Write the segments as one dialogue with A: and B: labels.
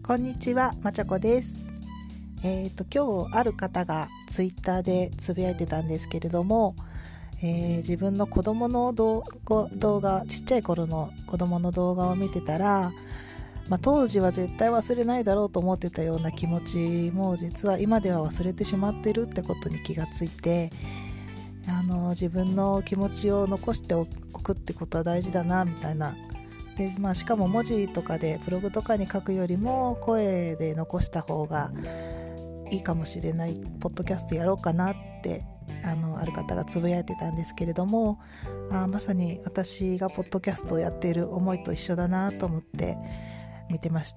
A: こんにちは、まちゃこです。今日ある方がツイッターでつぶやいてたんですけれども、自分の子供の動画、ちっちゃい頃の子供の動画を見てたら、当時は絶対忘れないだろうと思ってたような気持ちも実は今では忘れてしまってるってことに気がついて、自分の気持ちを残しておくってことは大事だなみたいな。でしかも文字とかでブログとかに書くよりも声で残した方がいいかもしれない、ポッドキャストやろうかなってある方がつぶやいてたんですけれども、まさに私がポッドキャストをやっている思いと一緒だなと思って見てました。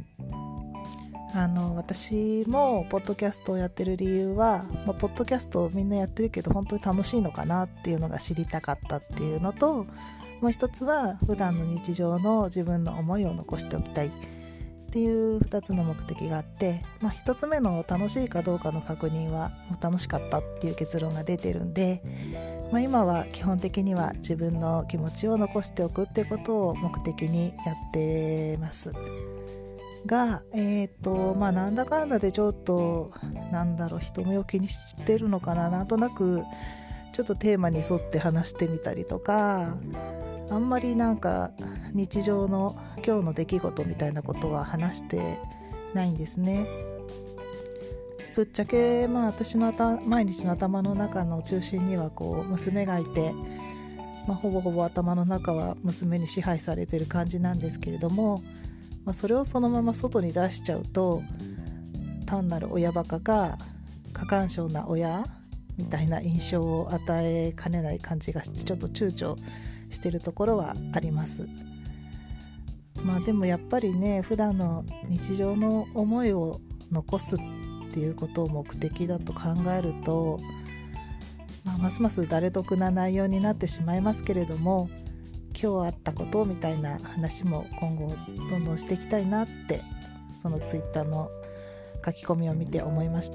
A: 私もポッドキャストをやってる理由は、ポッドキャストをみんなやってるけど本当に楽しいのかなっていうのが知りたかったっていうのと、もう一つは普段の日常の自分の思いを残しておきたいっていう2つの目的があって、1つ目の楽しいかどうかの確認はもう楽しかったっていう結論が出てるんで、今は基本的には自分の気持ちを残しておくってことを目的にやってますが、なんだかんだでちょっと人目を気にしてるのかな、なんとなくちょっとテーマに沿って話してみたりとか、あんまり日常の今日の出来事みたいなことは話してないんですね。ぶっちゃけ私の毎日の頭の中の中心には娘がいて、ほぼほぼ頭の中は娘に支配されてる感じなんですけれども、それをそのまま外に出しちゃうと単なる親バカか過干渉な親みたいな印象を与えかねない感じがして、ちょっと躊躇してるところはあります。でもやっぱりね、普段の日常の思いを残すっていうことを目的だと考えると、ますます誰得な内容になってしまいますけれども、今日あったことみたいな話も今後どんどんしていきたいなって、そのツイッターの書き込みを見て思いました。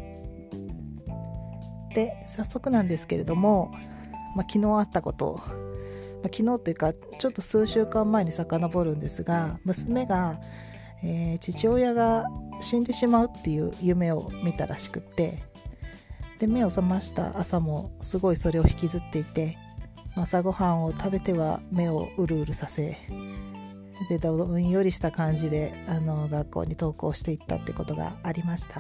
A: で、早速なんですけれども、昨日あったことを、昨日というかちょっと数週間前に遡るんですが、娘が、父親が死んでしまうっていう夢を見たらしくって、で目を覚ました朝もすごいそれを引きずっていて、朝ごはんを食べては目をうるうるさせで、どんよりした感じで学校に登校していったってことがありました。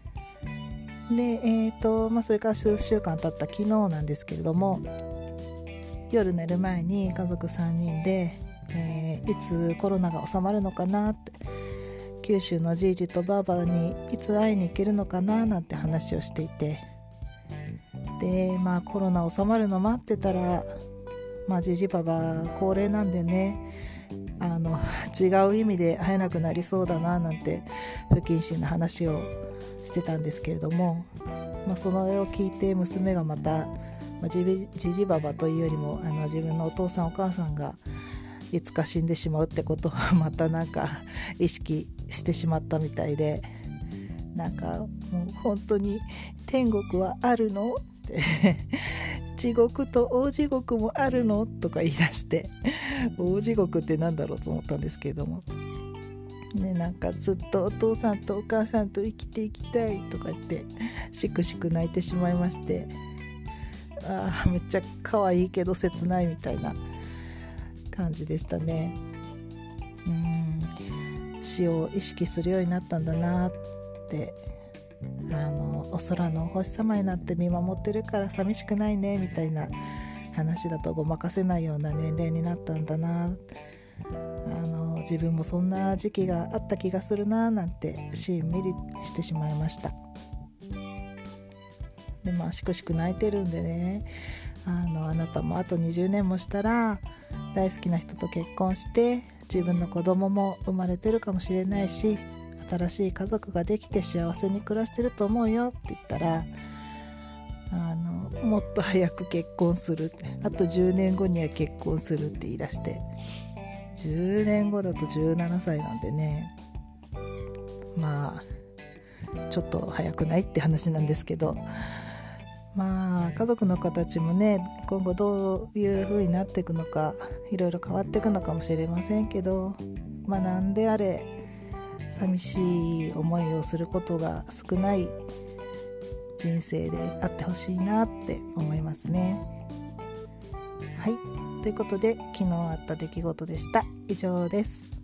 A: で、それから数週間経った昨日なんですけれども、夜寝る前に家族3人で、いつコロナが収まるのかなって、九州のじいじとばあばにいつ会いに行けるのかななんて話をしていて、でコロナ収まるの待ってたら、じいじばば高齢なんでね、違う意味で会えなくなりそうだななんて不謹慎な話をしてたんですけれども、その絵を聞いて娘がまた、じじばばというよりも自分のお父さんお母さんがいつか死んでしまうってことをまた意識してしまったみたいで、もう本当に天国はあるのって地獄と大地獄もあるのとか言い出して、大地獄ってなんだろうと思ったんですけれどもね、ずっとお父さんとお母さんと生きていきたいとか言ってしくしく泣いてしまいまして、めっちゃ可愛いけど切ないみたいな感じでしたね。死を意識するようになったんだなって、お空のお星様になって見守ってるから寂しくないねみたいな話だとごまかせないような年齢になったんだな、自分もそんな時期があった気がするななんてしんみりしてしまいました。でしくしく泣いてるんでね、あなたもあと20年もしたら大好きな人と結婚して自分の子供も生まれてるかもしれないし、新しい家族ができて幸せに暮らしてると思うよって言ったら、もっと早く結婚する、あと10年後には結婚するって言い出して、10年後だと17歳なんでね、ちょっと早くないって話なんですけど、家族の形もね、今後どういう風になっていくのかいろいろ変わっていくのかもしれませんけど、なんであれ寂しい思いをすることが少ない人生であってほしいなって思いますね。はい、ということで昨日あった出来事でした。以上です。